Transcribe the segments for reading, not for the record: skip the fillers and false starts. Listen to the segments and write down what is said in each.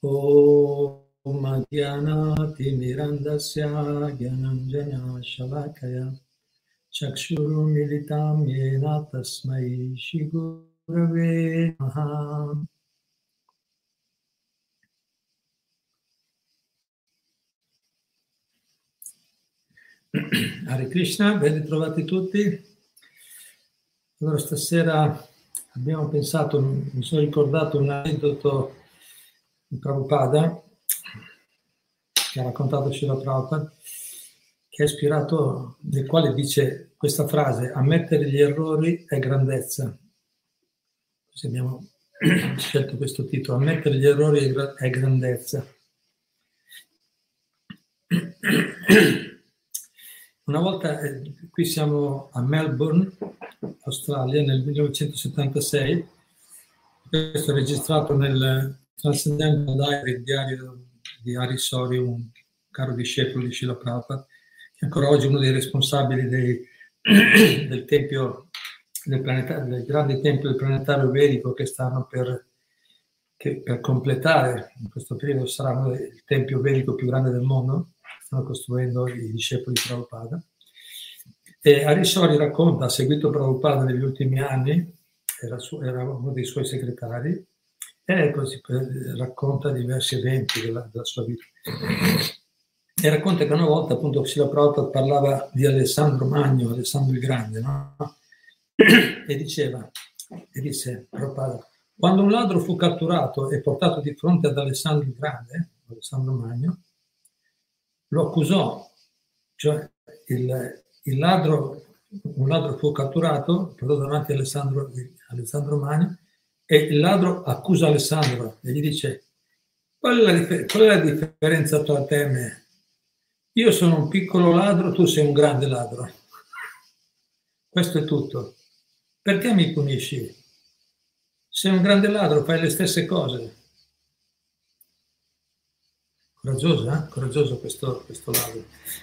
Om Jnanati Mirandasya Gyananjana Shalakaya Chakshuru Militam Yena Tasmai Shri Gurave Namaha. Hare Krishna, ben ritrovati tutti. Allora stasera abbiamo pensato, mi sono ricordato un aneddoto di Prabhupada che ha raccontato Srila Prabhupada, che è ispirato, nel quale dice questa frase: ammettere gli errori è grandezza. Così abbiamo scelto questo titolo, ammettere gli errori è grandezza. Una volta, qui siamo a Melbourne, Australia, nel 1976, questo è registrato nel Transcendental Diary, il diario di Hari Sori, un caro discepolo di Srila Prabhupada, che ancora oggi è uno dei responsabili del tempio, del grande tempio del planetario vedico che stanno per completare, in questo periodo sarà il tempio vedico più grande del mondo. Stanno costruendo i discepoli di Prabhupada. E Hari Sori racconta, ha seguito Prabhupada negli ultimi anni, era uno dei suoi segretari, e così racconta diversi eventi della sua vita. E racconta che una volta appunto Srila Prabhupada parlava di Alessandro Magno, Alessandro il Grande, no? E disse Prabhupada: quando un ladro fu catturato e portato di fronte ad Alessandro il Grande, Alessandro Magno, lo accusò, cioè un ladro fu catturato, portato davanti a Alessandro Magno, e il ladro accusa Alessandro e gli dice: qual è la differenza tra te e me? Io sono un piccolo ladro, tu sei un grande ladro. Questo è tutto. Perché mi punisci? Sei un grande ladro, fai le stesse cose. Coraggioso, eh? Coraggioso questo ladro.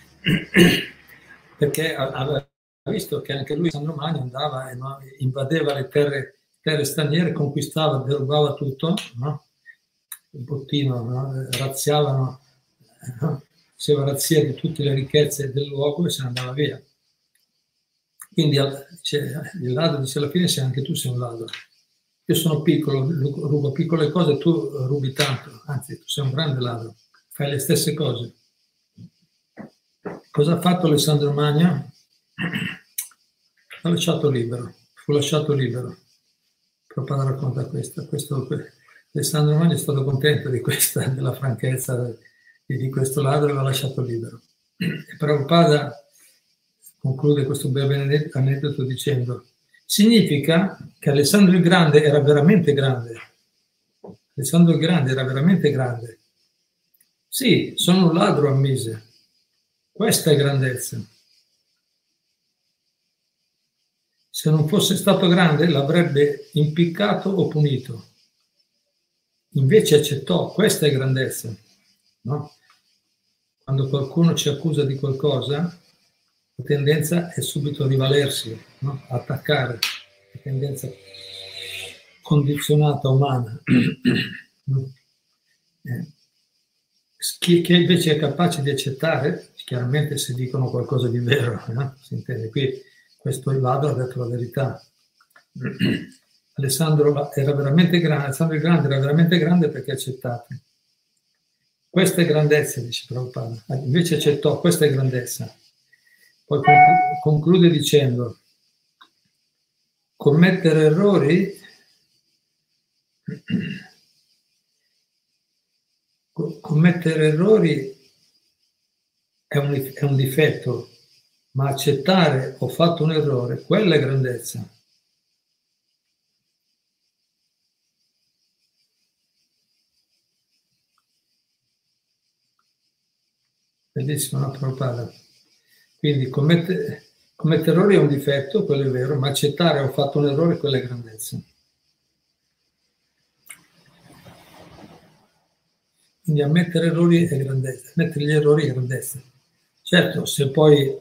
Perché aveva visto che anche lui, Alessandro Magno, andava e invadeva le terre straniere, conquistava, derubava tutto, no? Il bottino, no? Razziavano, no? Faceva razzia di tutte le ricchezze del luogo e se ne andava via. Quindi il ladro dice: alla fine anche tu sei un ladro. Io sono piccolo, rubo piccole cose, tu rubi tanto, anzi tu sei un grande ladro, fai le stesse cose. Cosa ha fatto Alessandro Magno? L'ha lasciato libero, fu lasciato libero. Prabhupada racconta questo. Alessandro Magno è stato contento della franchezza di questo ladro e l'ha lasciato libero. E Prabhupada conclude questo breve aneddoto dicendo: significa che Alessandro il Grande era veramente grande. Alessandro il Grande era veramente grande. Sì, sono un ladro, ammise. Questa è grandezza. Se non fosse stato grande l'avrebbe impiccato o punito. Invece accettò, questa è grandezza. No? Quando qualcuno ci accusa di qualcosa, la tendenza è subito rivalersi, no? Attaccare, la tendenza condizionata umana. Chi invece è capace di accettare, chiaramente se dicono qualcosa di vero, no? Si intende qui, questo ladro ha detto la verità. Alessandro era veramente grande, Alessandro il Grande era veramente grande perché ha accettato. Questa è grandezza, dice Prabhupada. Invece accettò, questa è grandezza. Poi conclude dicendo: commettere errori è un difetto, ma accettare ho fatto un errore, quella è grandezza. Bellissimo, no, Prabhupada? Quindi commettere errori è un difetto, quello è vero, ma accettare ho fatto un errore, quella è grandezza. Quindi ammettere errori è grandezza, ammettere gli errori è grandezza. Certo, se poi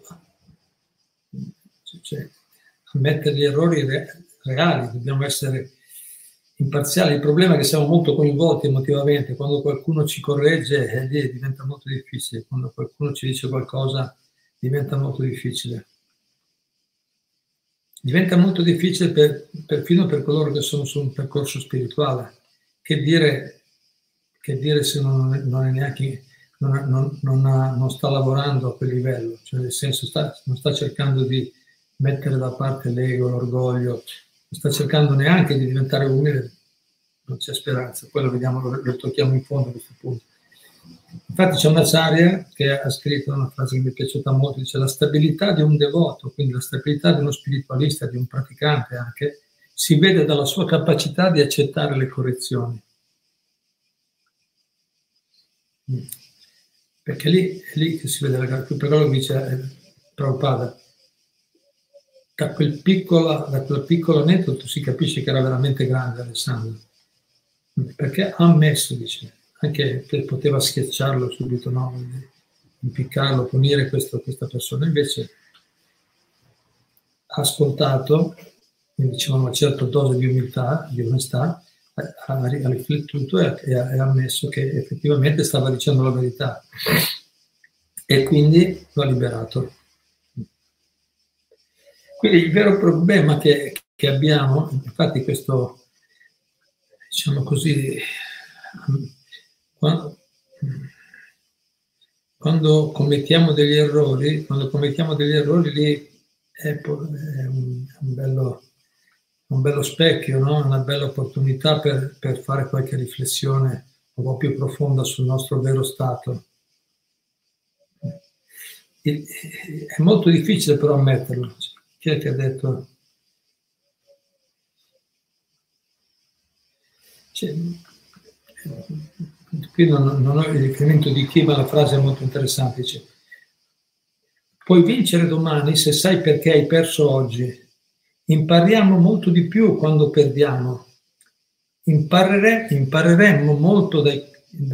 ammettere gli errori reali, dobbiamo essere imparziali. Il problema è che siamo molto coinvolti emotivamente. Quando qualcuno ci corregge, lì diventa molto difficile. Quando qualcuno ci dice qualcosa, diventa molto difficile. Diventa molto difficile perfino per coloro che sono su un percorso spirituale. Che dire se non è neanche, non sta lavorando a quel livello, cioè nel senso non sta cercando di mettere da parte l'ego, l'orgoglio, non sta cercando neanche di diventare umile, non c'è speranza. Poi lo vediamo, lo tocchiamo in fondo a questo punto. Infatti c'è una Acharya che ha scritto una frase che mi è piaciuta molto, dice: la stabilità di un devoto, quindi la stabilità di uno spiritualista, di un praticante anche, si vede dalla sua capacità di accettare le correzioni. Perché è lì che si vede per quello che dice Prabhupada. Da quel piccolo aneddoto si capisce che era veramente grande Alessandro, perché ha ammesso, dice, anche che poteva schiacciarlo subito, no? Impiccarlo, punire questa persona, invece ha ascoltato, quindi c'è una certa dose di umiltà, di onestà, ha riflettuto e ha ammesso che effettivamente stava dicendo la verità, e quindi lo ha liberato. Quindi il vero problema che abbiamo, infatti questo, diciamo così, quando commettiamo degli errori lì è un bello specchio, no? Una bella opportunità per fare qualche riflessione un po' più profonda sul nostro vero stato. È molto difficile però ammetterlo. Chi è che ha detto? Qui non ho il riferimento di chi, ma la frase è molto interessante. Dice: puoi vincere domani se sai perché hai perso oggi. Impariamo molto di più quando perdiamo. Impareremmo molto dai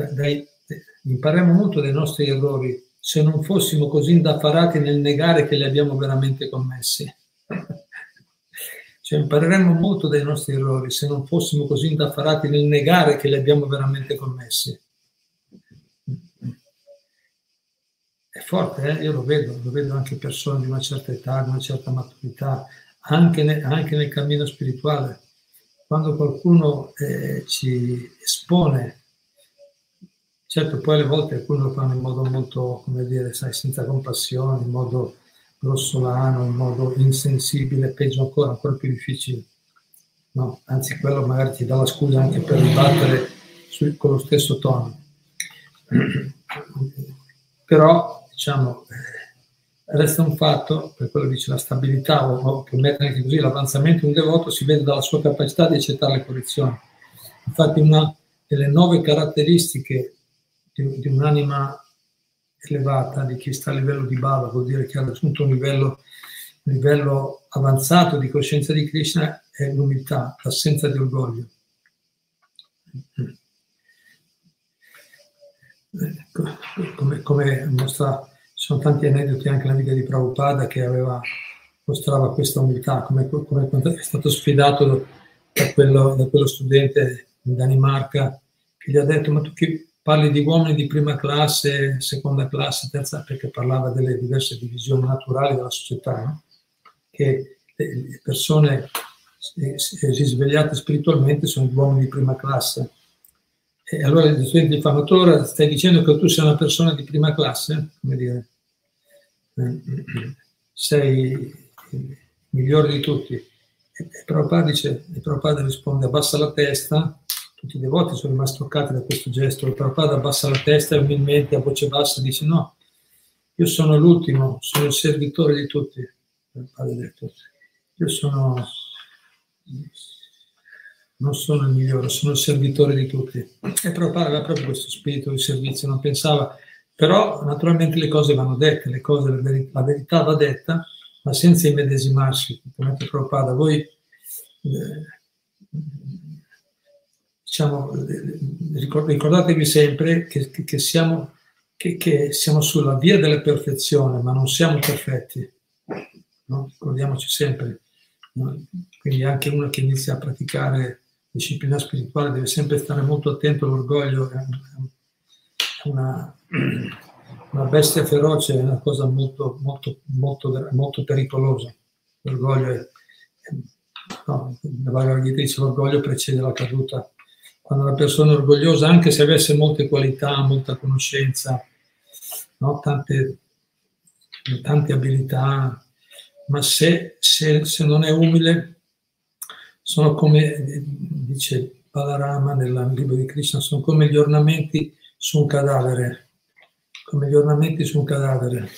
nostri errori se non fossimo così indaffarati nel negare che li abbiamo veramente commessi. Cioè, impareremmo molto dai nostri errori se non fossimo così indaffarati nel negare che li abbiamo veramente commessi. È forte, io lo vedo anche persone di una certa età, di una certa maturità, anche nel cammino spirituale. Quando qualcuno ci espone, certo poi alle volte alcuni lo fanno in modo molto, come dire, sai, senza compassione, in modo grossolano, in modo insensibile, peggio ancora più difficile. No? Anzi, quello magari ti dà la scusa anche per ribattere con lo stesso tono. Però, diciamo, resta un fatto, per quello che dice la stabilità, o per mettere anche così, l'avanzamento di un devoto si vede dalla sua capacità di accettare le correzioni. Infatti una delle 9 caratteristiche di un'anima elevata, di chi sta a livello di Bhava, vuol dire che ha raggiunto un livello avanzato di coscienza di Krishna, è l'umiltà, l'assenza di orgoglio. Come mostra, ci sono tanti aneddoti anche nella vita di Prabhupada che mostrava questa umiltà, come è stato sfidato da quello studente in Danimarca che gli ha detto: ma tu che parli di uomini di prima classe, seconda classe, terza, perché parlava delle diverse divisioni naturali della società, no? Che le persone risvegliate spiritualmente sono gli uomini di prima classe. E allora gli studenti gli fanno: ora stai dicendo che tu sei una persona di prima classe? Come dire, sei il migliore di tutti. E Prabhupada risponde: abbassa la testa. Tutti i devoti sono rimasti toccati da questo gesto. Il Prabhupada abbassa la testa e umilmente, a voce bassa, dice: no, io sono l'ultimo, sono il servitore di tutti. Prabhupada ha detto: io non sono il migliore, sono il servitore di tutti. E Prabhupada aveva proprio questo spirito di servizio, non pensava. Però naturalmente le cose vanno dette, la verità va detta, ma senza immedesimarsi. Come Prabhupada, voi diciamo, ricordatevi sempre che siamo sulla via della perfezione, ma non siamo perfetti, no? Ricordiamoci sempre, no? Quindi anche uno che inizia a praticare disciplina spirituale deve sempre stare molto attento all'orgoglio, è una bestia feroce, è una cosa molto, molto, molto, molto pericolosa. L'orgoglio no, la Bhagavad Gita dice l'orgoglio precede la caduta. Quando una persona è orgogliosa, anche se avesse molte qualità, molta conoscenza, no, tante abilità, ma se non è umile, sono come, dice Balarama nel libro di Krishna, sono come gli ornamenti su un cadavere, come gli ornamenti su un cadavere.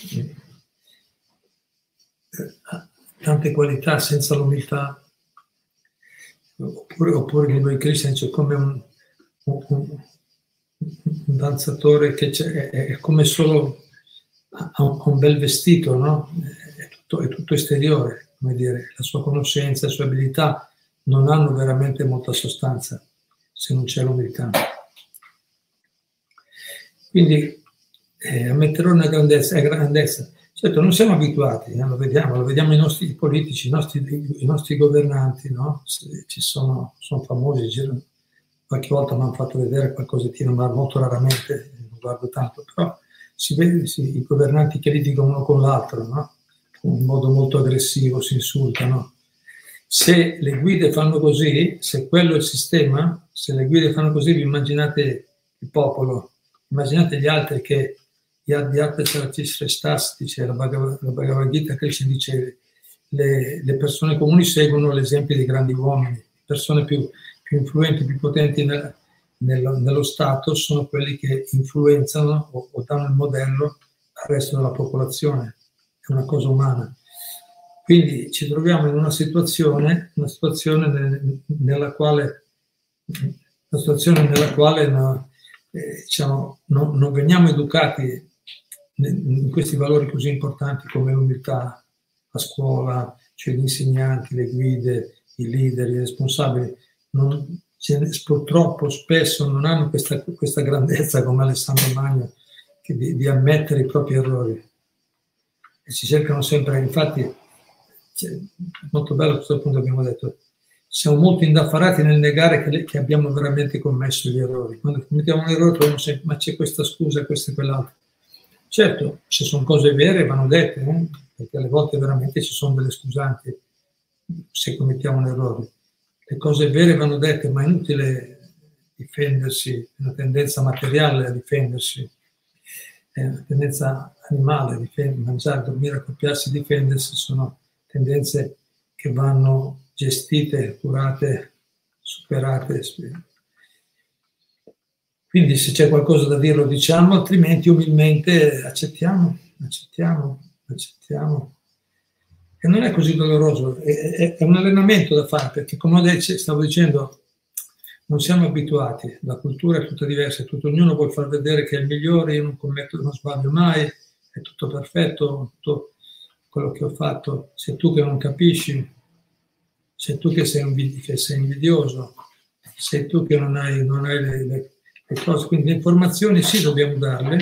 Tante qualità senza l'umiltà. Oppure il libro di Krishna dice come un danzatore che è come solo ha un bel vestito, no? È tutto esteriore, come dire, la sua conoscenza, le sue abilità non hanno veramente molta sostanza se non c'è l'umiltà. Quindi ammetterò una grandezza, è grandezza. Certo, non siamo abituati, lo vediamo i nostri politici, i nostri governanti, no? Sono famosi, qualche volta mi hanno fatto vedere qualcosa, ma molto raramente, non guardo tanto, però si vede i governanti che litigano uno con l'altro, no? In modo molto aggressivo, si insultano. Se le guide fanno così, se quello è il sistema, se le guide fanno così, vi immaginate il popolo, immaginate gli altri che dice la Bhagavad Gita, Krishna dice le persone comuni seguono l'esempio dei grandi uomini, persone più influenti, più potenti nello Stato sono quelli che influenzano o danno il modello al resto della popolazione, è una cosa umana. Quindi ci troviamo in una situazione nella quale diciamo, non veniamo educati in questi valori così importanti come l'umiltà a scuola, cioè gli insegnanti, le guide, i leader, i responsabili, purtroppo spesso non hanno questa grandezza come Alessandro Magno di ammettere i propri errori e si cercano sempre, infatti è molto bello questo punto che abbiamo detto, siamo molto indaffarati nel negare che abbiamo veramente commesso gli errori. Quando commettiamo un errore troviamo sempre, ma c'è questa scusa, questa e quell'altra. Certo, se sono cose vere vanno dette, perché alle volte veramente ci sono delle scusanti se commettiamo un errore. Le cose vere vanno dette, ma è inutile difendersi, è una tendenza materiale a difendersi, è una tendenza animale, mangiare, dormire, accoppiarsi, difendersi, sono tendenze che vanno gestite, curate, superate. Quindi se c'è qualcosa da dire lo diciamo, altrimenti umilmente accettiamo. E non è così doloroso, è un allenamento da fare, perché come stavo dicendo, non siamo abituati, la cultura è tutta diversa, ognuno vuole far vedere che è il migliore, io non sbaglio mai, è tutto perfetto, tutto quello che ho fatto, sei tu che non capisci, sei tu che sei invidioso, sei tu che non hai le cose, quindi le informazioni sì dobbiamo darle,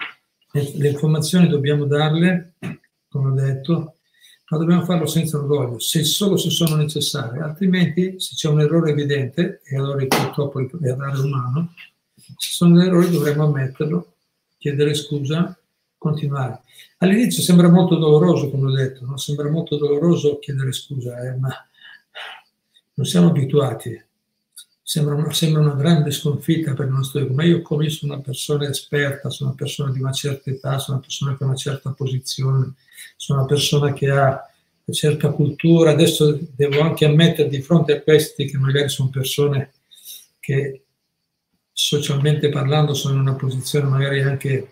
come ho detto, ma dobbiamo farlo senza orgoglio, solo se sono necessarie, altrimenti se c'è un errore evidente, e allora purtroppo l'errore umano, se sono errori dovremmo ammetterlo, chiedere scusa, continuare. All'inizio sembra molto doloroso, come ho detto, no? Sembra molto doloroso chiedere scusa, ma non siamo abituati. Sembra una grande sconfitta per il nostro ego, ma io come sono una persona esperta, sono una persona di una certa età, sono una persona che ha una certa posizione, sono una persona che ha una certa cultura, adesso devo anche ammettere di fronte a questi che magari sono persone che socialmente parlando sono in una posizione magari anche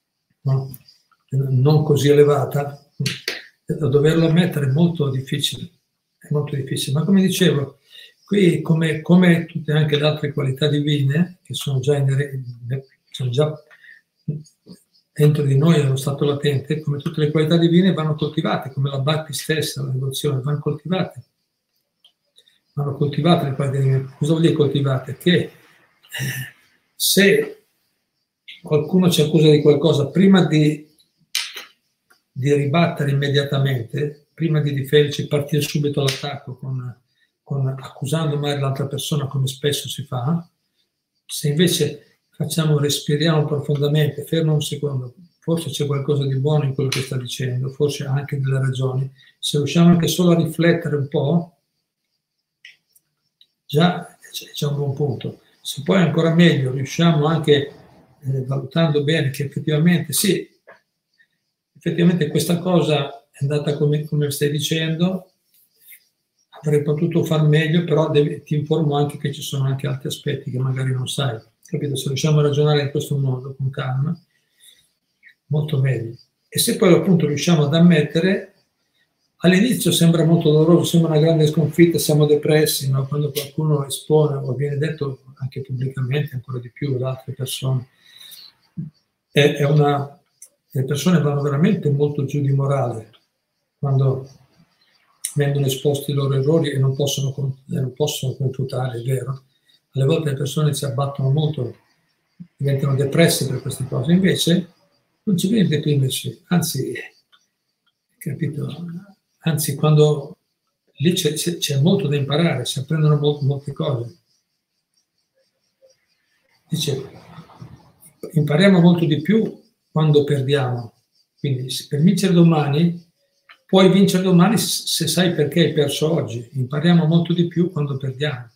non così elevata, doverlo ammettere è molto difficile, ma come dicevo, qui, come tutte anche le altre qualità divine, che sono già dentro di noi, nello stato latente, come tutte le qualità divine vanno coltivate, come la bhakti stessa, la devozione, vanno coltivate le qualità divine. Cosa vuol dire coltivate? Che se qualcuno ci accusa di qualcosa, prima di ribattere immediatamente, prima di difenderci, partire subito all'attacco con accusando magari l'altra persona come spesso si fa. Se invece respiriamo profondamente, fermo un secondo, forse c'è qualcosa di buono in quello che sta dicendo, forse ha anche delle ragioni, se riusciamo anche solo a riflettere un po', già c'è un buon punto. Se poi ancora meglio riusciamo anche, valutando bene che effettivamente sì, effettivamente questa cosa è andata come stai dicendo, avrei potuto far meglio, però ti informo anche che ci sono anche altri aspetti che magari non sai, capito? Se riusciamo a ragionare in questo modo, con calma, molto meglio. E se poi appunto riusciamo ad ammettere, all'inizio sembra molto doloroso, sembra una grande sconfitta, siamo depressi, no? Quando qualcuno espone o viene detto anche pubblicamente, ancora di più da altre persone, le persone vanno veramente molto giù di morale quando vengono esposti i loro errori e non possono confutare, è vero. Alle volte le persone si abbattono molto, diventano depresse per queste cose, invece non ci viene deprimersi, anzi, capito? Anzi, quando lì c'è molto da imparare, si apprendono molte cose. Dice, impariamo molto di più quando perdiamo. Quindi per vincere domani, puoi vincere domani se sai perché hai perso oggi. Impariamo molto di più quando perdiamo.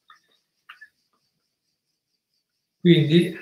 Quindi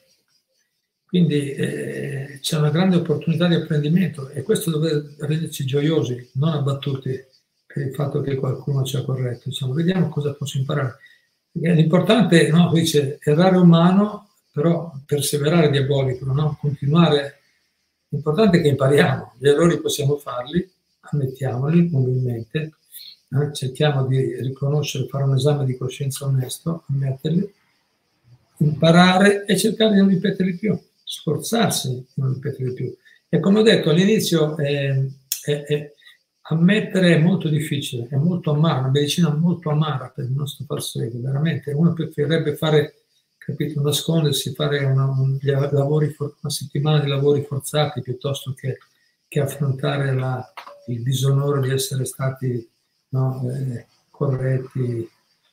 c'è una grande opportunità di apprendimento e questo deve renderci gioiosi, non abbattuti per il fatto che qualcuno ci ha corretto. Insomma, vediamo cosa posso imparare. L'importante, no, dice, errare umano, però perseverare diabolico, no? Continuare. L'importante è che impariamo, gli errori possiamo farli, ammettiamoli umilmente, cerchiamo di riconoscere, fare un esame di coscienza onesto, ammetterli, imparare e cercare di non ripeterli più, sforzarsi di non ripeterli più. E come ho detto all'inizio, ammettere è molto difficile, è molto amara, una medicina molto amara per il nostro falsego, veramente. Uno preferirebbe fare, capito, nascondersi, fare una settimana di lavori forzati piuttosto che affrontare il disonore di essere stati, no, corretti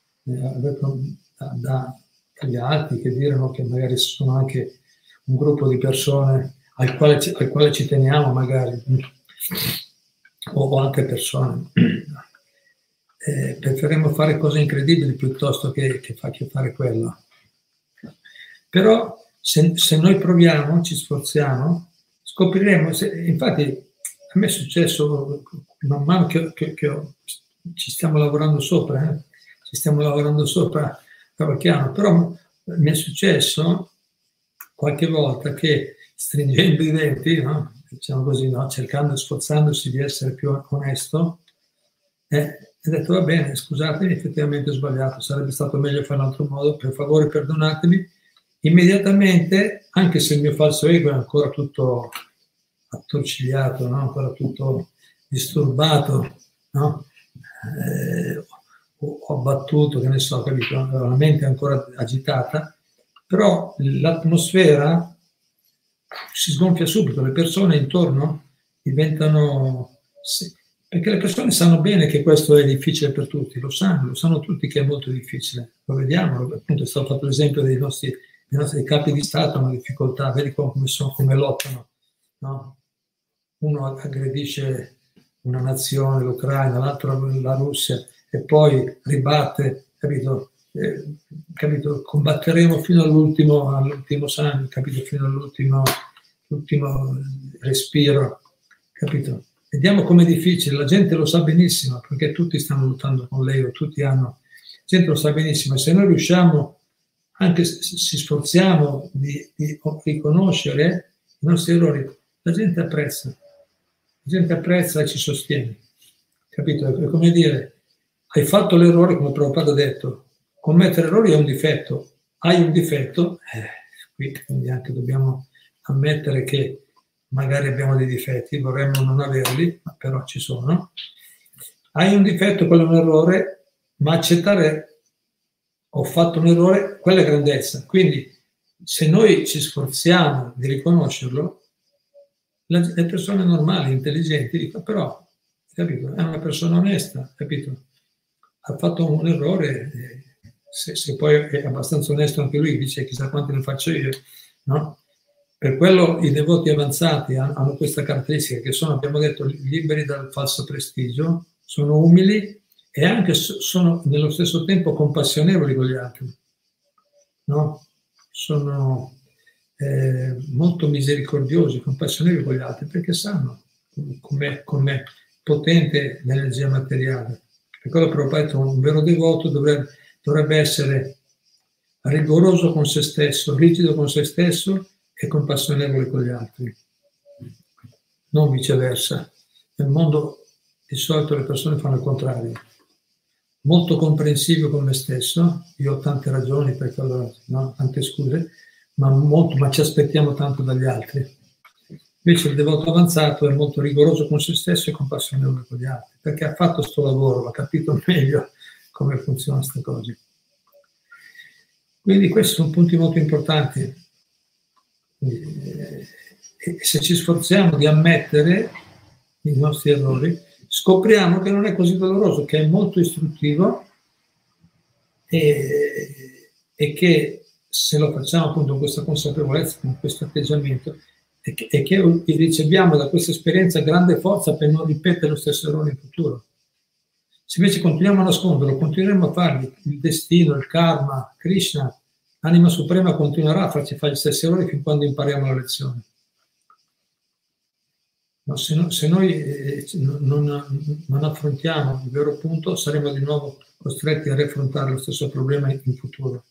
dagli altri, che dicono che magari sono anche un gruppo di persone al quale ci teniamo magari, o altre persone. Preferiamo fare cose incredibili piuttosto che fare quello. Però se noi proviamo, ci sforziamo, scopriremo, infatti a me è successo man mano che ci stiamo lavorando sopra, qualche anno, però mi è successo qualche volta che stringendo i denti, no? Diciamo così, no? Cercando e sforzandosi di essere più onesto, ho detto va bene, scusatemi, effettivamente ho sbagliato, sarebbe stato meglio fare in un altro modo, per favore perdonatemi. Immediatamente, anche se il mio falso ego è ancora tutto attorcigliato, no? Ancora tutto disturbato, no? Ho abbattuto, che ne so, capito? La mente è ancora agitata, però l'atmosfera si sgonfia subito, le persone intorno diventano... Perché le persone sanno bene che questo è difficile per tutti, lo sanno tutti che è molto difficile, lo vediamo, appunto è stato fatto l'esempio dei nostri capi di Stato, hanno difficoltà, vedi come lottano, no? Uno aggredisce una nazione, l'Ucraina, l'altro la Russia, e poi ribatte, capito? Combatteremo fino all'ultimo sangue, capito? Fino all'ultimo respiro, capito? Vediamo com'è difficile, la gente lo sa benissimo, perché tutti stanno lottando con l'ego, la gente lo sa benissimo, e se noi riusciamo, anche se ci sforziamo di riconoscere i nostri errori, la gente apprezza e ci sostiene, capito? È come dire, hai fatto l'errore, come Prabhupada ha detto, commettere errori è un difetto, hai un difetto, quindi anche dobbiamo ammettere che magari abbiamo dei difetti, vorremmo non averli, ma però ci sono. Hai un difetto, quello è un errore, ma accettare ho fatto un errore, quella è grandezza. Quindi se noi ci sforziamo di riconoscerlo, le persone normali, intelligenti, dicono però, capito, è una persona onesta, capito? ha fatto un errore, se poi è abbastanza onesto anche lui, dice chissà quanti ne faccio io, no? Per quello i devoti avanzati hanno questa caratteristica, che sono, abbiamo detto, liberi dal falso prestigio, sono umili e anche sono nello stesso tempo compassionevoli con gli altri, no? Sono molto misericordiosi, compassionevoli con gli altri, perché sanno com'è potente l'energia materiale. Per quello Prabhupada ha detto, un vero devoto dovrebbe essere rigoroso con se stesso, rigido con se stesso e compassionevole con gli altri, non viceversa. Nel mondo di solito le persone fanno il contrario. Molto comprensivo con me stesso, io ho tante ragioni perché allora, no, tante scuse, ma ci aspettiamo tanto dagli altri. Invece il devoto avanzato è molto rigoroso con se stesso e compassionevole con gli altri, perché ha fatto sto lavoro, ha capito meglio come funzionano queste cose. Quindi questi sono punti molto importanti. E se ci sforziamo di ammettere i nostri errori, scopriamo che non è così doloroso, che è molto istruttivo e che se lo facciamo appunto con questa consapevolezza, con questo atteggiamento, e che riceviamo da questa esperienza grande forza per non ripetere lo stesso errore in futuro. Se invece continuiamo a nasconderlo, continueremo a farli, il destino, il karma, Krishna, l'anima suprema continuerà a farci fare gli stessi errori fin quando impariamo la lezione. No, se noi non affrontiamo il vero punto, saremo di nuovo costretti a riaffrontare lo stesso problema in futuro.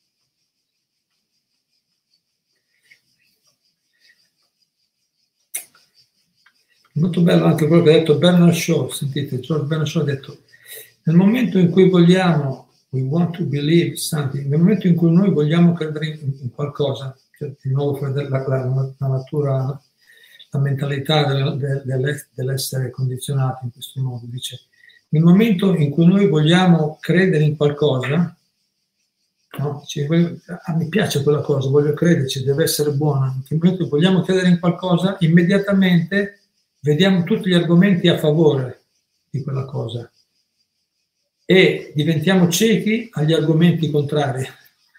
Molto bello anche quello che ha detto Bernard Shaw, sentite, George Bernard Shaw ha detto, nel momento in cui vogliamo, we want to believe something, nel momento in cui noi vogliamo credere in qualcosa, cioè di nuovo la natura, la mentalità dell'essere condizionati in questo modo, dice, nel momento in cui noi vogliamo credere in qualcosa, no? Mi piace quella cosa, voglio crederci, deve essere buona, nel momento in cui vogliamo credere in qualcosa, immediatamente vediamo tutti gli argomenti a favore di quella cosa e diventiamo ciechi agli argomenti contrari.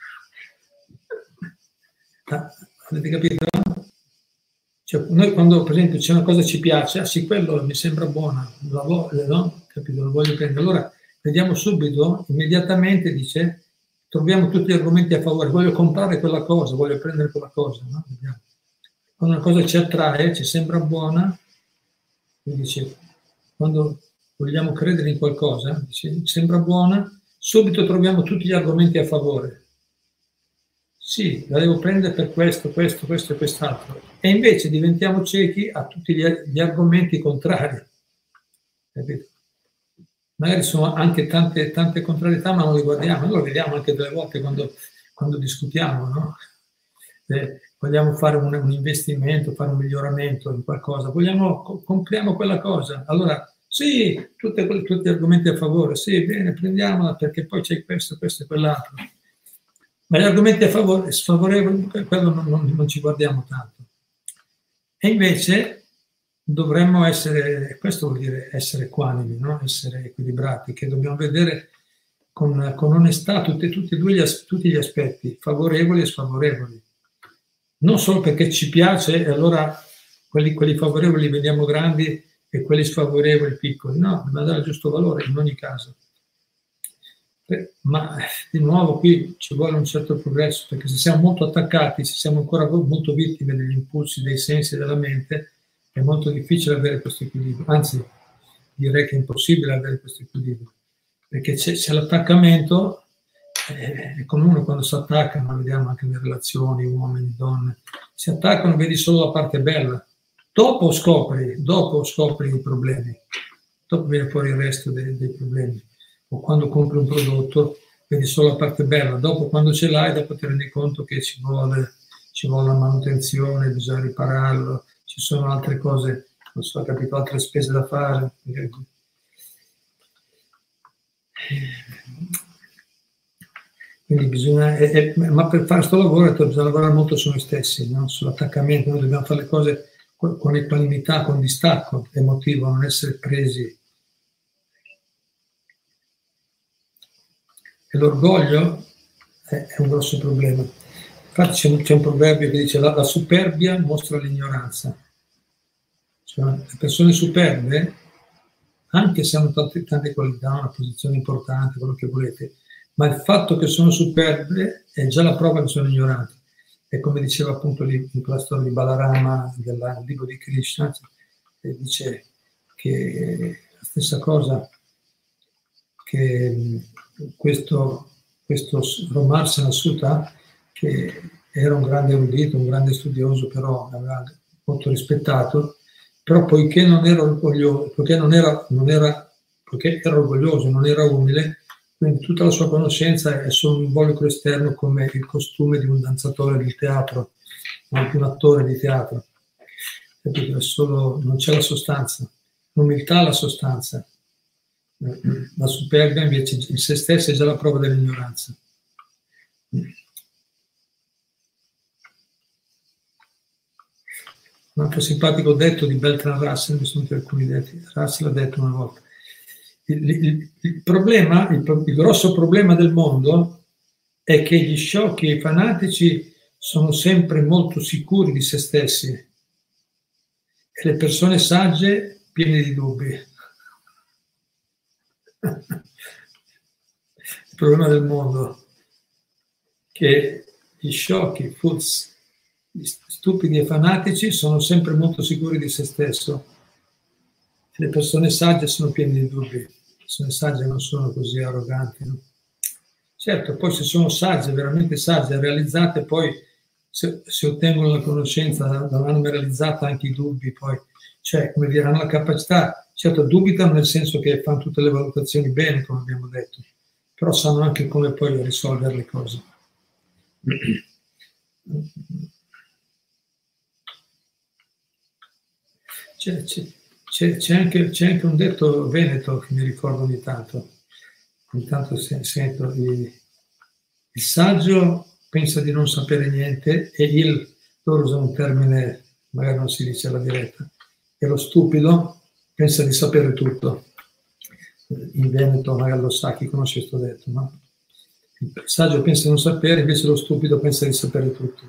Avete capito? Cioè, noi quando per esempio c'è una cosa che ci piace, sì, quello mi sembra buona, la voglio, no? Capito? Lo voglio prendere. Allora vediamo subito, immediatamente dice, troviamo tutti gli argomenti a favore, voglio comprare quella cosa, voglio prendere quella cosa. No? Quando una cosa ci attrae, ci sembra buona, dice, quando vogliamo credere in qualcosa, dice, sembra buona, subito troviamo tutti gli argomenti a favore. Sì, la devo prendere per questo e quest'altro. E invece diventiamo ciechi a tutti gli argomenti contrari. Capito? Magari sono anche tante contrarietà, ma non li guardiamo. Noi lo vediamo anche delle volte quando discutiamo, no? Vogliamo fare un investimento, fare un miglioramento in qualcosa, compriamo quella cosa. Allora, sì, tutti gli argomenti a favore, sì, bene, prendiamola perché poi c'è questo e quell'altro. Ma gli argomenti a favore, sfavorevoli, quello non ci guardiamo tanto. E invece dovremmo essere, questo vuol dire essere equanimi, no? Essere equilibrati, che dobbiamo vedere con onestà tutti gli aspetti, favorevoli e sfavorevoli. Non solo perché ci piace e allora quelli favorevoli li vediamo grandi e quelli sfavorevoli piccoli, no, dobbiamo dare il giusto valore in ogni caso. Ma di nuovo qui ci vuole un certo progresso, perché se siamo molto attaccati, se siamo ancora molto vittime degli impulsi, dei sensi e della mente, è molto difficile avere questo equilibrio, anzi direi che è impossibile avere questo equilibrio, perché c'è l'attaccamento, è come uno quando si attaccano, vediamo anche nelle relazioni, uomini, donne, si attaccano, vedi solo la parte bella, dopo scopri i problemi, dopo viene fuori il resto dei problemi. O quando compri un prodotto vedi solo la parte bella, dopo quando ce l'hai dopo ti rendi conto che ci vuole la manutenzione, bisogna ripararlo, ci sono altre cose, non so, capito, altre spese da fare. Quindi bisogna, ma per fare questo lavoro bisogna lavorare molto su noi stessi, no? Sull'attaccamento, noi dobbiamo fare le cose con equanimità, con distacco emotivo, non essere presi. E l'orgoglio è un grosso problema. Infatti c'è un proverbio che dice la superbia mostra l'ignoranza. Cioè, le persone superbe, anche se hanno tante qualità, una posizione importante, quello che volete, ma il fatto che sono superbe è già la prova che sono ignoranti. E come diceva appunto lì in quella storia di Balarama, del libro di Krishna, dice che la stessa cosa, che questo Romarsana Sutta, che era un grande erudito, un grande studioso, però aveva molto rispettato, però poiché era orgoglioso, non era umile, quindi tutta la sua conoscenza è solo un involucro esterno, come il costume di un danzatore del teatro, anche un attore di teatro. Non c'è la sostanza. L'umiltà ha la sostanza. La superbia invece in se stessa è già la prova dell'ignoranza. Un altro simpatico detto di Bertrand Russell, mi sono venuti alcuni detti, Russell ha detto una volta, il grosso problema del mondo è che gli sciocchi e i fanatici sono sempre molto sicuri di se stessi e le persone sagge piene di dubbi. Il problema del mondo è che gli sciocchi, fuzz, gli stupidi e fanatici sono sempre molto sicuri di se stesso e le persone sagge sono piene di dubbi. Le persone sagge non sono così arroganti, no? Certo, poi se sono sagge, veramente sagge, realizzate, poi se ottengono la conoscenza, l'hanno realizzata anche i dubbi, poi, cioè, come dire, hanno la capacità, certo, dubitano nel senso che fanno tutte le valutazioni bene, come abbiamo detto, però sanno anche come poi risolvere le cose. C'è anche un detto veneto che mi ricordo ogni tanto sento, il saggio pensa di non sapere niente e loro usano un termine, magari non si dice alla diretta, e lo stupido pensa di sapere tutto. In Veneto magari lo sa, chi conosce questo detto, no? Il saggio pensa di non sapere, invece lo stupido pensa di sapere tutto.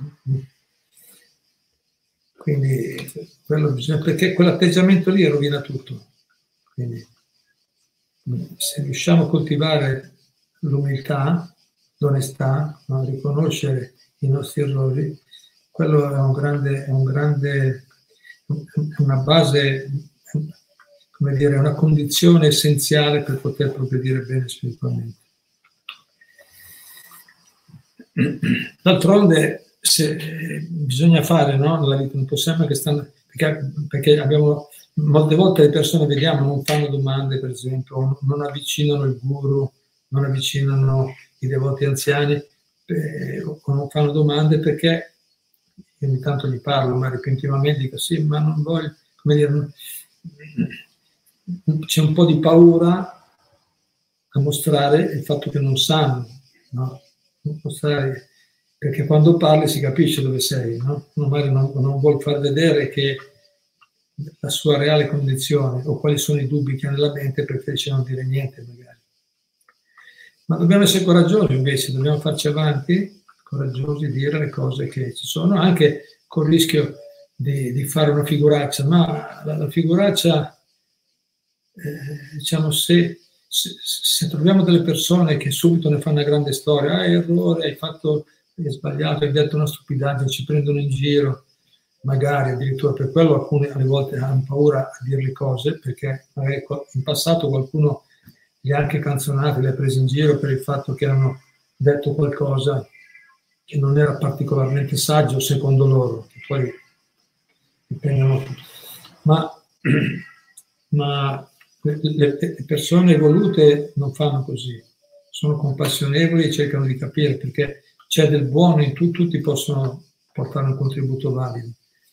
Quindi perché quell'atteggiamento lì rovina tutto. Quindi se riusciamo a coltivare l'umiltà, l'onestà, a riconoscere i nostri errori, quello è una base, come dire, una condizione essenziale per poter progredire bene spiritualmente. D'altronde bisogna fare, no? Nella vita non possiamo che stanno, perché abbiamo molte volte le persone, vediamo, non fanno domande, per esempio, non avvicinano il guru, non avvicinano i devoti anziani, o non fanno domande perché ogni tanto gli parlo, ma repentinamente dico sì, ma non voglio, come dire, c'è un po' di paura a mostrare il fatto che non sanno, no? Mostrare, perché quando parli si capisce dove sei, no? Magari non vuol far vedere che la sua reale condizione o quali sono i dubbi che ha nella mente, preferisce non dire niente magari. Ma dobbiamo essere coraggiosi invece, dobbiamo farci avanti, coraggiosi, dire le cose che ci sono, anche con il rischio di fare una figuraccia, ma la figuraccia, diciamo, se troviamo delle persone che subito ne fanno una grande storia, hai errore, hai sbagliato, hai detto una stupidaggine, ci prendono in giro, magari addirittura per quello alcune alle volte hanno paura a dire le cose, perché magari in passato qualcuno li ha anche canzonati, li ha presi in giro per il fatto che hanno detto qualcosa che non era particolarmente saggio secondo loro, che poi dipendono. Ma le persone evolute non fanno così, sono compassionevoli e cercano di capire, perché c'è del buono in tutti possono portare un contributo valido.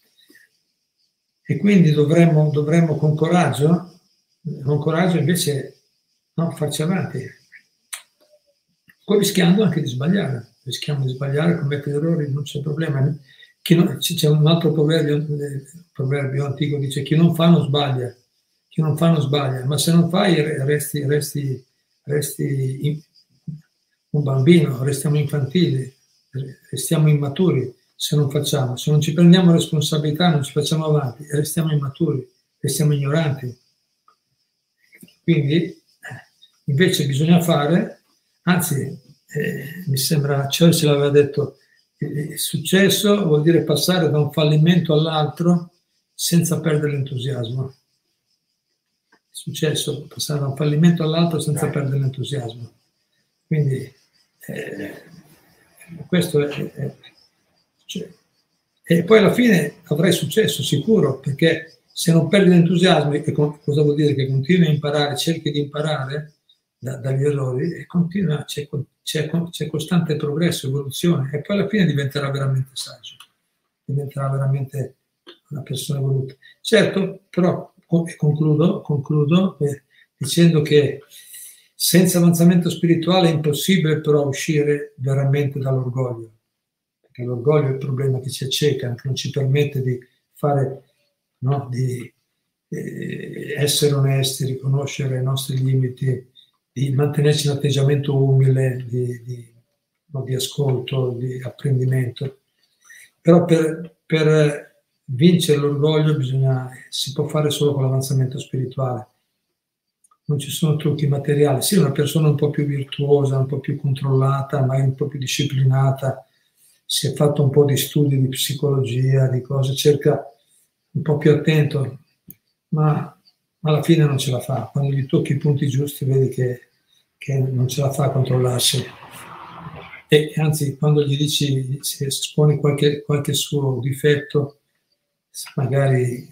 E quindi dovremmo con coraggio invece farci avanti, poi rischiando anche di sbagliare, commettere errori, non c'è problema. C'è un altro proverbio antico, dice chi non fa non sbaglia, ma se non fai resti un bambino, restiamo infantili, restiamo immaturi se non facciamo, se non ci prendiamo responsabilità, non ci facciamo avanti, restiamo immaturi, restiamo ignoranti. Quindi invece bisogna fare, anzi mi sembra Churchill aveva detto, il successo vuol dire passare da un fallimento all'altro senza perdere l'entusiasmo. Il successo, passare da un fallimento all'altro senza perdere l'entusiasmo. Quindi questo cioè, e poi alla fine avrai successo sicuro, perché se non perdi l'entusiasmo, cosa vuol dire? Che continui a imparare, cerchi di imparare dagli errori e continua, c'è costante progresso, evoluzione, e poi alla fine diventerà veramente saggio, diventerà veramente una persona evoluta. Certo, però, e concludo dicendo che senza avanzamento spirituale è impossibile però uscire veramente dall'orgoglio, perché l'orgoglio è il problema che ci acceca, che non ci permette di fare, no, di essere onesti, riconoscere i nostri limiti, di mantenerci un atteggiamento umile, di ascolto, di apprendimento. Però per vincere l'orgoglio si può fare solo con l'avanzamento spirituale. Non ci sono trucchi materiali. Sì, una persona un po' più virtuosa, un po' più controllata, ma un po' più disciplinata, si è fatto un po' di studi di psicologia, di cose, cerca un po' più attento, ma alla fine non ce la fa. Quando gli tocchi i punti giusti vedi che non ce la fa a controllarsi. E anzi, quando gli dici, se esponi qualche suo difetto, magari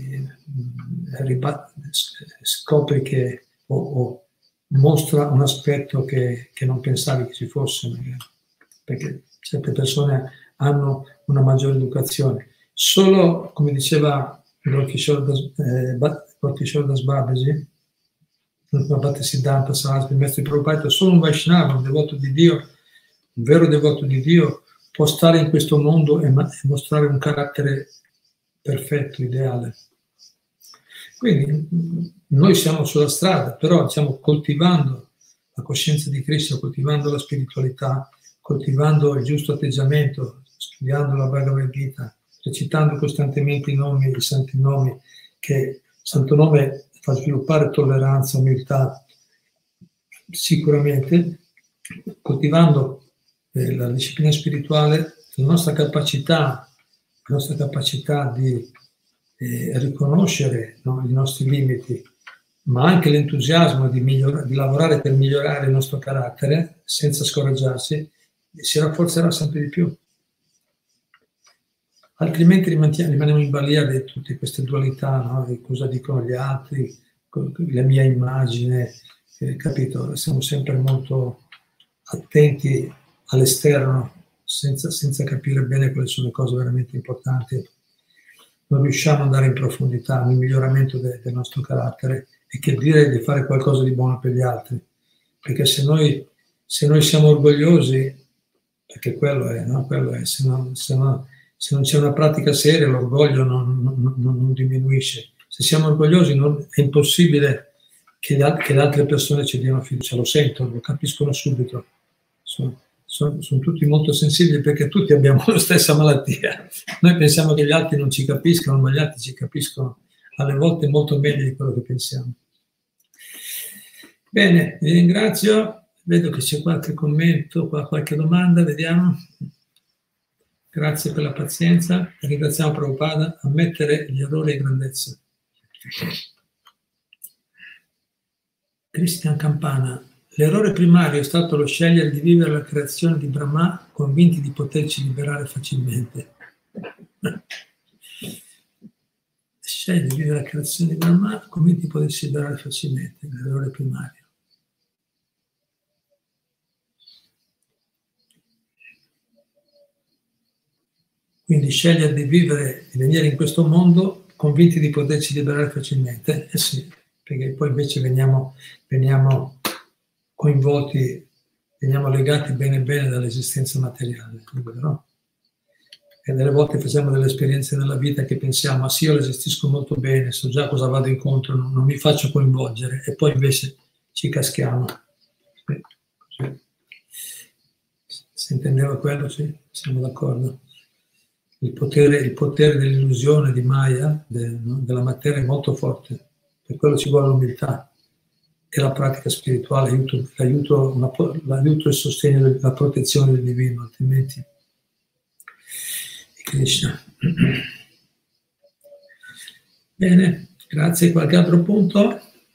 scopri che o mostra un aspetto che non pensavi che ci fosse, magari, perché certe persone hanno una maggiore educazione. Solo, come diceva Gorkishore Das Babaji, Bhaktisiddhanta Sarasvati, il maestro di Prabhupada, solo un Vaishnava, un devoto di Dio, un vero devoto di Dio, può stare in questo mondo e mostrare un carattere perfetto, ideale. Quindi noi siamo sulla strada, però stiamo coltivando la coscienza di Krishna, coltivando la spiritualità, coltivando il giusto atteggiamento, studiando la Bhagavad Gita, recitando costantemente i santi nomi, che il santo nome fa sviluppare tolleranza, umiltà, sicuramente, coltivando la disciplina spirituale, la nostra capacità di riconoscere, no, i nostri limiti, ma anche l'entusiasmo di lavorare per migliorare il nostro carattere senza scoraggiarsi, si rafforzerà sempre di più. Altrimenti rimaniamo in balia di tutte queste dualità, no? Di cosa dicono gli altri, la mia immagine, capito? Siamo sempre molto attenti all'esterno, senza capire bene quali sono le cose veramente importanti. Non riusciamo ad andare in profondità nel miglioramento del nostro carattere, e che dire di fare qualcosa di buono per gli altri, perché se noi siamo orgogliosi, perché quello è, no? Quello è, se non c'è una pratica seria, l'orgoglio non diminuisce. Se siamo orgogliosi è impossibile che le altre persone ci diano fiducia, lo sentono, lo capiscono subito. Sono tutti molto sensibili, perché tutti abbiamo la stessa malattia. Noi pensiamo che gli altri non ci capiscano, ma gli altri ci capiscono alle volte molto meglio di quello che pensiamo. Bene, vi ringrazio. Vedo che c'è qualche commento, qualche domanda, vediamo. Grazie per la pazienza. Ringraziamo Prabhupada. Ammettere gli errori e grandezza. Cristian Campana. L'errore primario è stato lo scegliere di vivere la creazione di Brahma, convinti di poterci liberare facilmente. Scegliere di vivere la creazione di Brahma, convinti di poterci liberare facilmente. L'errore primario. Quindi scegliere di vivere, di venire in questo mondo, convinti di poterci liberare facilmente. Eh sì, perché poi invece veniamo coinvolti, veniamo legati bene dall'esistenza materiale, no? E delle volte facciamo delle esperienze nella vita che pensiamo, sì, io le gestisco molto bene, so già cosa vado incontro, non mi faccio coinvolgere, e poi invece ci caschiamo. Sì. Si intendeva quello, sì, siamo d'accordo. Il potere dell'illusione di Maya, della materia, è molto forte. Per quello ci vuole l'umiltà e la pratica spirituale, l'aiuto e il sostegno, la protezione del divino, altrimenti Krishna. Bene, grazie. Qualche altro punto?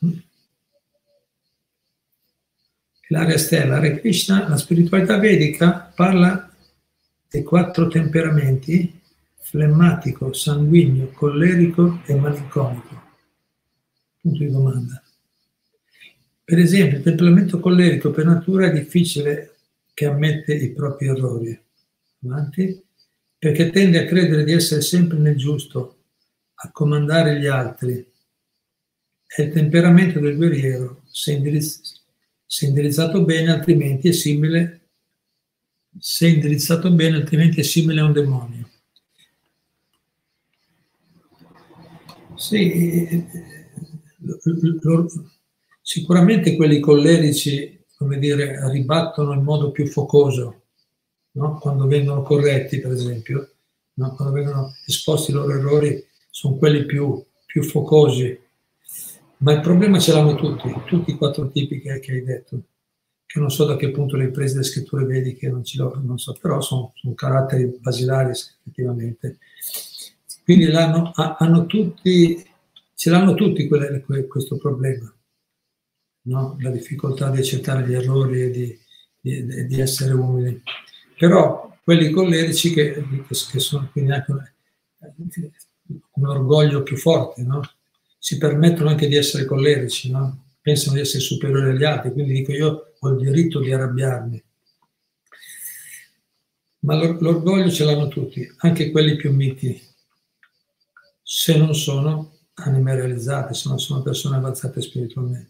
Ilaria Stella, Hare Krishna, la spiritualità vedica parla dei 4 temperamenti: flemmatico, sanguigno, collerico e malinconico. Punto di domanda. Per esempio, il temperamento collerico per natura è difficile che ammette i propri errori, avanti, perché tende a credere di essere sempre nel giusto, a comandare gli altri. È il temperamento del guerriero, se indirizzato bene, altrimenti è simile a un demonio. Sì, sicuramente quelli collerici, come dire, ribattono in modo più focoso, no? Quando vengono corretti, per esempio, no? Quando vengono esposti i loro errori, sono quelli più focosi. Ma il problema ce l'hanno tutti i 4 tipi che hai detto, che non so da che punto le hai prese le scritture vediche, non so, però sono caratteri basilari effettivamente. Quindi ce l'hanno tutti questo problema, no? La difficoltà di accettare gli errori e di essere umili. Però quelli collerici che sono quindi anche un orgoglio più forte, no? Si permettono anche di essere collerici, no? Pensano di essere superiori agli altri, quindi dico io ho il diritto di arrabbiarmi. Ma l'orgoglio ce l'hanno tutti, anche quelli più miti, se non sono anime realizzate, se non sono persone avanzate spiritualmente.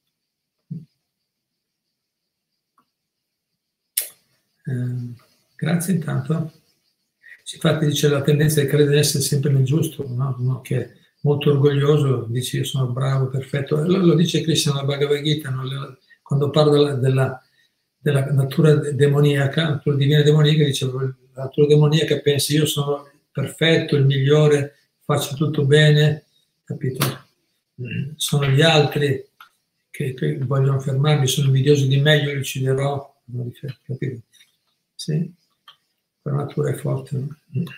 Grazie intanto. Infatti dice la tendenza di credere di essere sempre nel giusto, no? Uno che è molto orgoglioso dice io sono bravo, perfetto. Lo dice Krishna nella Bhagavad Gita, no? Quando parla della natura demoniaca, la natura divina demoniaca, dice la natura demoniaca pensa io sono perfetto, il migliore, faccio tutto bene, capito? Sono gli altri che vogliono fermarmi, sono invidiosi di me, io li ucciderò, capito? Sì, la natura è forte, no?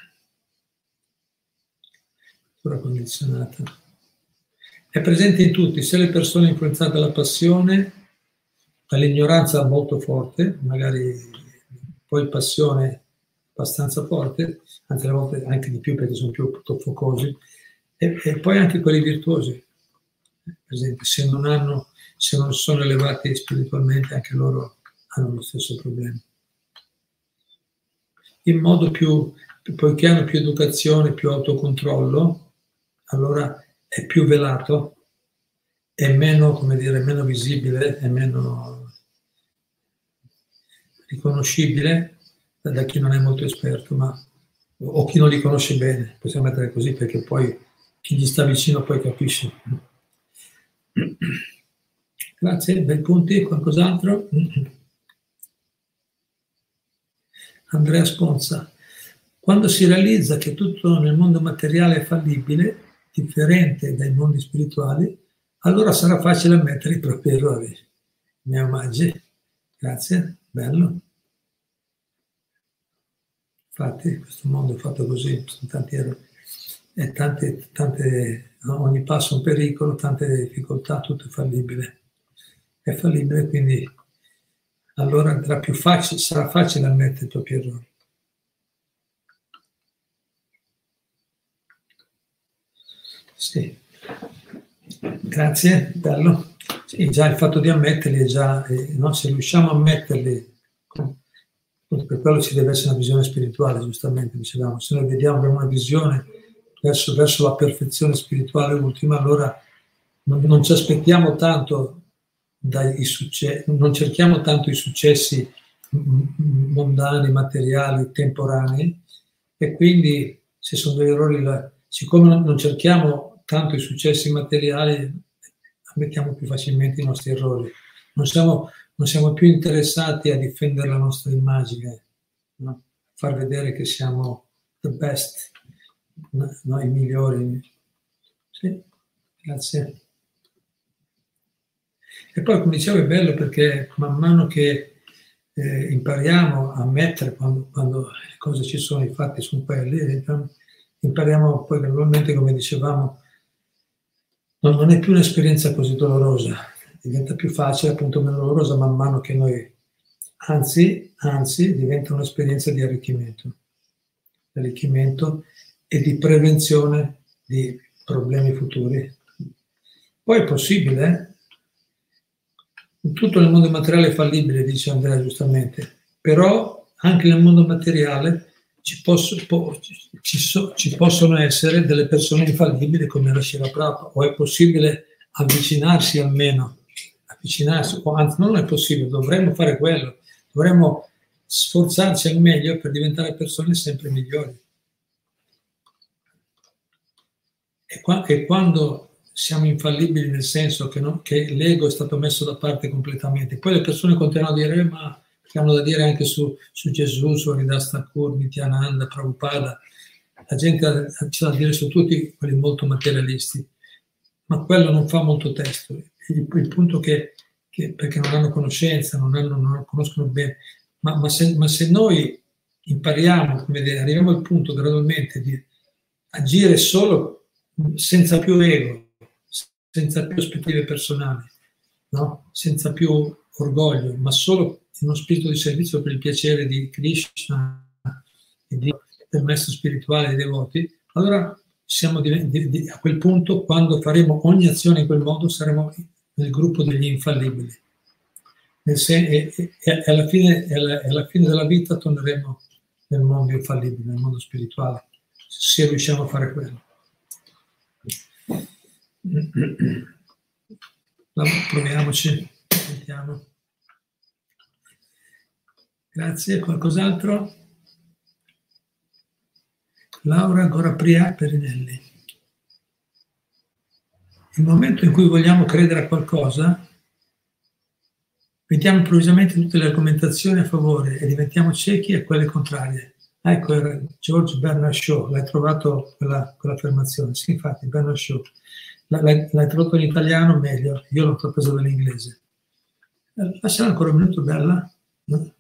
Natura condizionata. È presente in tutti, se le persone influenzate dalla passione, dall'ignoranza molto forte, magari poi passione abbastanza forte, anzi a volte anche di più perché sono più focosi, e poi anche quelli virtuosi. Per esempio, se non sono elevati spiritualmente, anche loro hanno lo stesso problema. In modo poiché hanno più educazione, più autocontrollo, allora è più velato, è meno, come dire, meno visibile, è meno riconoscibile da chi non è molto esperto, o chi non li conosce bene, possiamo mettere così, perché poi chi gli sta vicino poi capisce. Grazie, bei punti, qualcos'altro? Andrea Sponza, quando si realizza che tutto nel mondo materiale è fallibile, differente dai mondi spirituali, allora sarà facile ammettere i propri errori. Mi omaggi, grazie, bello. Infatti questo mondo è fatto così, sono tanti errori, e tante, ogni passo un pericolo, tante difficoltà, tutto è fallibile. È fallibile, quindi allora sarà facile ammettere i propri errori. Sì, grazie, bello. Sì, già il fatto di ammetterli è già, no? Se riusciamo a ammetterli, per quello ci deve essere una visione spirituale, giustamente dicevamo. Se noi abbiamo una visione verso la perfezione spirituale ultima, allora non ci aspettiamo tanto dai successi, non cerchiamo tanto i successi mondani, materiali, temporanei, e quindi se sono degli errori, siccome non cerchiamo tanto i successi materiali, ammettiamo più facilmente i nostri errori. Non siamo più interessati a difendere la nostra immagine, no? Far vedere che siamo the best, noi migliori. Sì, grazie. E poi, come dicevo, è bello perché man mano che impariamo a mettere, quando le cose ci sono, i fatti sono quelli, impariamo poi gradualmente, come dicevamo, non è più un'esperienza così dolorosa, diventa più facile, appunto meno dolorosa man mano che noi, anzi diventa un'esperienza di arricchimento e di prevenzione di problemi futuri. Poi è possibile, tutto nel mondo materiale è fallibile, dice Andrea giustamente, però anche nel mondo materiale ci possono essere delle persone infallibili come la Shiva Prabhupada, o è possibile avvicinarsi almeno, o anzi non è possibile, dovremmo fare quello, dovremmo sforzarci al meglio per diventare persone sempre migliori. E quando siamo infallibili nel senso che l'ego è stato messo da parte completamente, poi le persone continuano a dire ma hanno da dire anche su Gesù, su Haridas Thakur, Nityananda, Prabhupada, la gente c'ha da dire su tutti quelli molto materialisti, ma quello non fa molto testo. Il punto che perché non hanno conoscenza, non conoscono bene, ma se noi impariamo, come dire, arriviamo al punto gradualmente di agire solo senza più ego, senza più aspettative personali, no? Senza più orgoglio, ma solo in uno spirito di servizio per il piacere di Krishna e del maestro spirituale dei devoti, allora siamo a quel punto, quando faremo ogni azione in quel modo, saremo nel gruppo degli infallibili. E alla fine della vita torneremo nel mondo infallibile, nel mondo spirituale, se riusciamo a fare quello. Proviamoci, sentiamo. Grazie. Qualcos'altro? Laura Gorapriya Perinelli. Il momento in cui vogliamo credere a qualcosa, vediamo improvvisamente tutte le argomentazioni a favore e diventiamo ciechi a quelle contrarie. Ecco, era George Bernard Shaw, l'hai trovato quell'affermazione? Sì, infatti, Bernard Shaw. L'hai tradotto in italiano meglio, io l'ho preso dall'inglese. Lasciala ancora un minuto, Bella? No?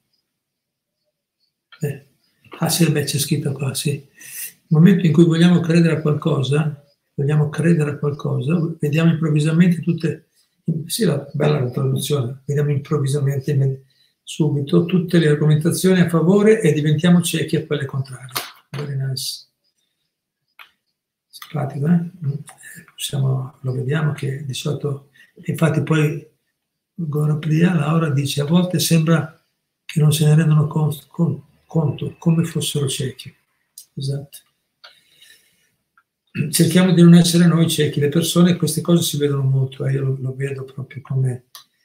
Sì, beh, c'è scritto qua, sì. Il momento in cui vogliamo credere a qualcosa, vediamo improvvisamente tutte, sì, bella la traduzione, vediamo improvvisamente, subito, tutte le argomentazioni a favore e diventiamo ciechi a quelle contrarie. Very nice. Simpatico, lo vediamo che di solito, infatti poi Gorapriya, Laura dice, a volte sembra che non se ne rendono conto, come fossero ciechi. Esatto. Cerchiamo di non essere noi ciechi, le persone, queste cose si vedono molto, io lo vedo proprio come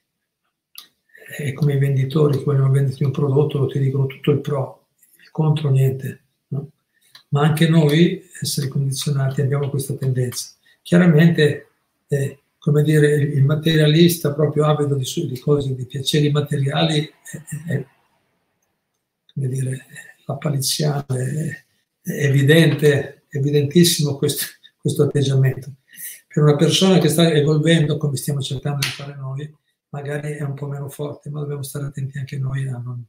i venditori che vogliono venderti un prodotto, ti dicono tutto il pro, il contro niente, no? Ma anche noi, esseri condizionati, abbiamo questa tendenza. Chiaramente, come dire, il materialista proprio avido di cose, di piaceri materiali, come dire, lapaliziano, è evidentissimo questo atteggiamento. Per una persona che sta evolvendo, come stiamo cercando di fare noi, magari è un po' meno forte, ma dobbiamo stare attenti anche noi a non...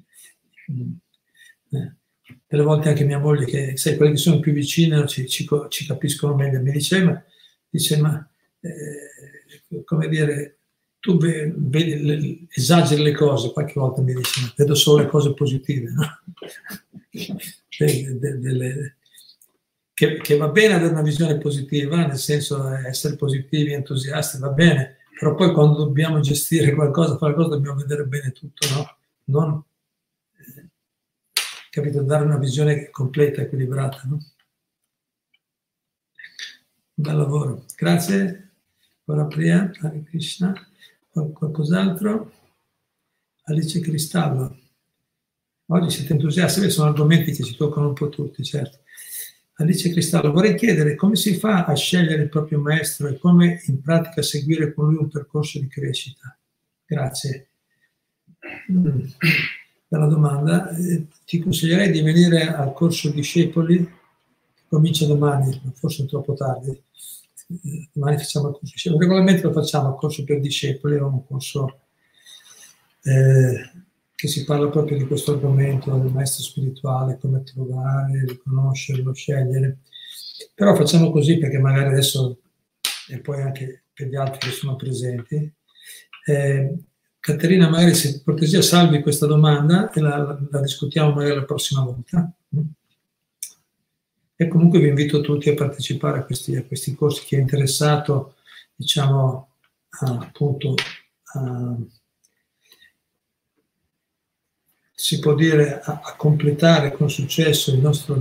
Delle volte anche mia moglie, che sai, quelli che sono più vicine ci capiscono meglio, mi dice ma come dire, tu vedi, esageri le cose, qualche volta mi dice, ma vedo solo le cose positive, no? Che va bene avere una visione positiva, nel senso essere positivi, entusiasti, va bene, però poi quando dobbiamo gestire qualcosa, fare qualcosa, dobbiamo vedere bene tutto, no? Non, capito, dare una visione completa, equilibrata, no? Bel lavoro, grazie. Ora Priya, Hare Krishna. Qualcos'altro? Alice Cristallo. Oggi siete entusiasti, sono argomenti che ci toccano un po' tutti, certo. Alice Cristallo, vorrei chiedere come si fa a scegliere il proprio maestro e come in pratica seguire con lui un percorso di crescita. Grazie. bella domanda. Ti consiglierei di venire al corso discepoli, che comincia domani, forse è troppo tardi. Domani facciamo il corso discepoli. Regolarmente lo facciamo il corso per discepoli, è un corso che si parla proprio di questo argomento del maestro spirituale, come trovare, riconoscerlo, scegliere. Però facciamo così perché magari adesso, e poi anche per gli altri che sono presenti, Caterina, magari se per cortesia salvi questa domanda e la discutiamo magari la prossima volta. E comunque vi invito tutti a partecipare a questi corsi. Chi è interessato, diciamo, appunto, si può dire a completare con successo il nostro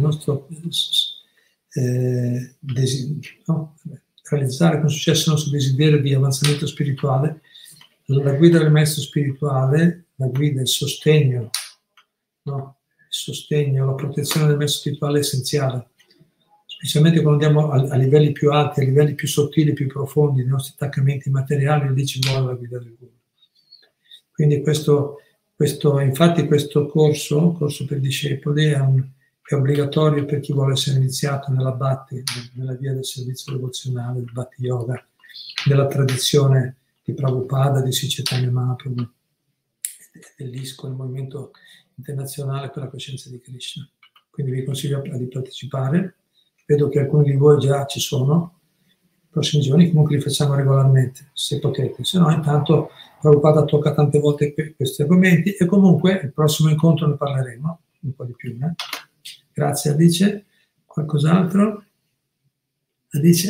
realizzare con successo il nostro desiderio di avanzamento spirituale. La guida del maestro spirituale, la guida, il sostegno, no? Il sostegno, la protezione del maestro spirituale è essenziale, specialmente quando andiamo a livelli più alti, a livelli più sottili, più profondi dei nostri attaccamenti materiali, lì ci vuole la guida del guru. Quindi infatti questo corso per discepoli è obbligatorio per chi vuole essere iniziato nella Bhakti, nella via del servizio devozionale, del Bhakti Yoga, della tradizione di Prabhupada, di Sri Chaitanya Mahaprabhu, dell'ISKCON, il movimento internazionale per la coscienza di Krishna. Quindi vi consiglio di partecipare. Vedo che alcuni di voi già ci sono. I prossimi giorni comunque li facciamo regolarmente, se potete. Se no, intanto Prabhupada tocca tante volte questi argomenti e comunque il prossimo incontro ne parleremo un po' di più. Grazie Alice. Qualcos'altro? Alice.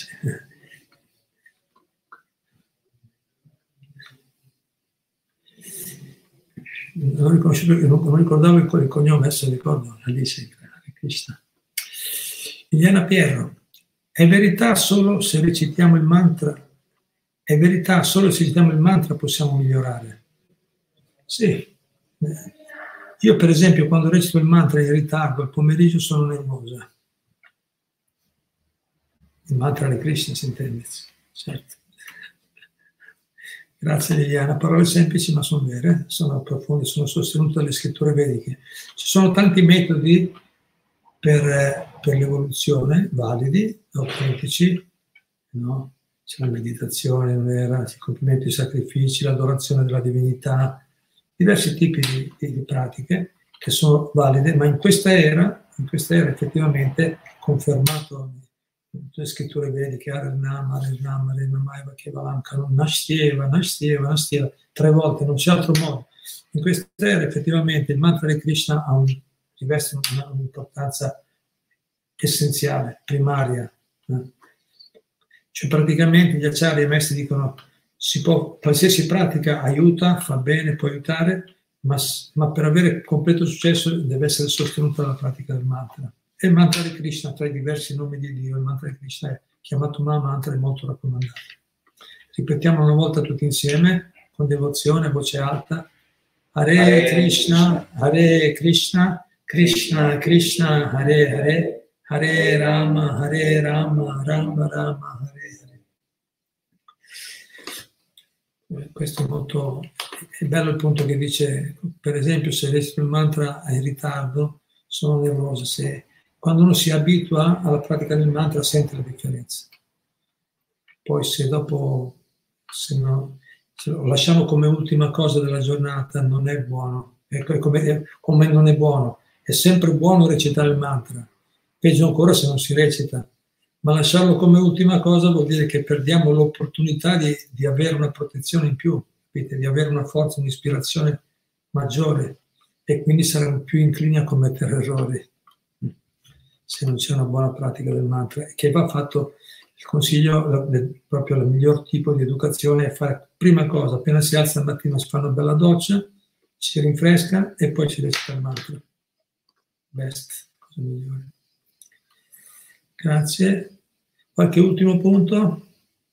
Non ricordavo il cognome, adesso ricordo Alice Krishna. Liliana Pierro, è verità solo se recitiamo il mantra? È verità solo se recitiamo il mantra possiamo migliorare? Sì. Io per esempio quando recito il mantra in ritardo al pomeriggio sono nervosa. Il mantra di Krishna si intende, certo. Grazie Liliana, parole semplici ma sono vere, sono profonde, sono sostenute dalle scritture vediche. Ci sono tanti metodi per l'evoluzione, validi, autentici, no? C'è la meditazione vera, il compimento dei sacrifici, l'adorazione della divinità, diversi tipi di pratiche che sono valide, ma in questa era effettivamente confermato le scritture vediche, Aranama, Kevalam, Nashtieva, 3 volte, non c'è altro modo. In questa era effettivamente il mantra di Krishna riveste un'importanza essenziale, primaria. Cioè praticamente gli acciari e i maestri dicono qualsiasi pratica aiuta, fa bene, può aiutare, ma per avere completo successo deve essere sostenuta la pratica del mantra. E il mantra di Krishna, tra i diversi nomi di Dio, il mantra di Krishna è chiamato Mahamantra, è molto raccomandato. Ripetiamo una volta tutti insieme, con devozione, a voce alta. Hare Krishna, Krishna Krishna, Hare Hare, Hare Rama, Rama Rama, Hare Hare. Questo è bello il punto che dice, per esempio, se recito il mantra in ritardo, sono nervoso. Quando uno si abitua alla pratica del mantra sente la differenza. Poi se lo lasciamo come ultima cosa della giornata non è buono. Ecco, come non è buono. È sempre buono recitare il mantra. Peggio ancora se non si recita. Ma lasciarlo come ultima cosa vuol dire che perdiamo l'opportunità di avere una protezione in più, capite? Di avere una forza, un'ispirazione maggiore e quindi saremo più inclini a commettere errori se non c'è una buona pratica del mantra, che va fatto. Il consiglio, proprio il miglior tipo di educazione è fare prima cosa, appena si alza al mattino si fa una bella doccia, si rinfresca e poi si recita il mantra. Best, cosa migliore. Grazie. Qualche ultimo punto?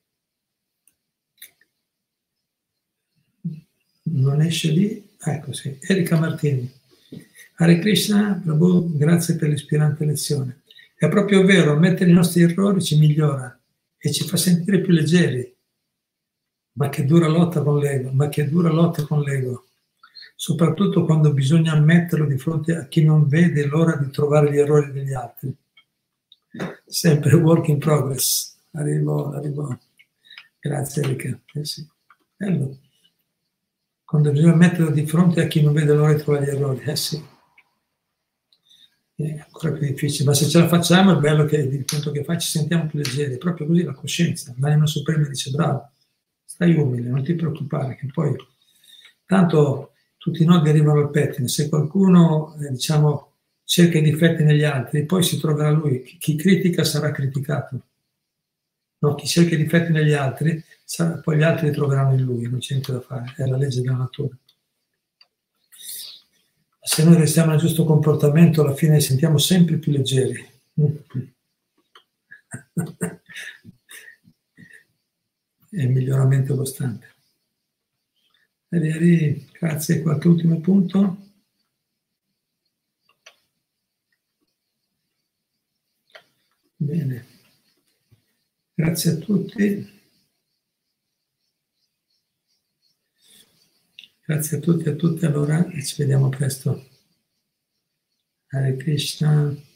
Non esce lì? Ecco sì. Erika Martini. Hare Krishna, Prabhu, grazie per l'ispirante lezione. È proprio vero, ammettere i nostri errori ci migliora e ci fa sentire più leggeri. Ma che dura lotta con l'ego, soprattutto quando bisogna ammetterlo di fronte a chi non vede l'ora di trovare gli errori degli altri. Sempre work in progress. Arrivo. Grazie Erika. Sì. Bello. Quando bisogna metterlo di fronte a chi non vede l'ora di trovare gli errori. Sì. È ancora più difficile, ma se ce la facciamo è bello che il punto che fai ci sentiamo più leggeri, è proprio così la coscienza. L'anima suprema dice bravo, stai umile, non ti preoccupare, che poi tanto tutti i nodi arrivano al pettine. Se qualcuno diciamo cerca i difetti negli altri, poi si troverà lui. Chi critica sarà criticato. No, chi cerca i difetti negli altri, poi gli altri li troveranno in lui, non c'è niente da fare, è la legge della natura. Se noi restiamo nel giusto comportamento, alla fine sentiamo sempre più leggeri. È il miglioramento costante. Grazie, qualche ultimo punto? Bene. Grazie a tutti. Grazie a tutti e a tutte, allora ci vediamo presto. Hare Krishna.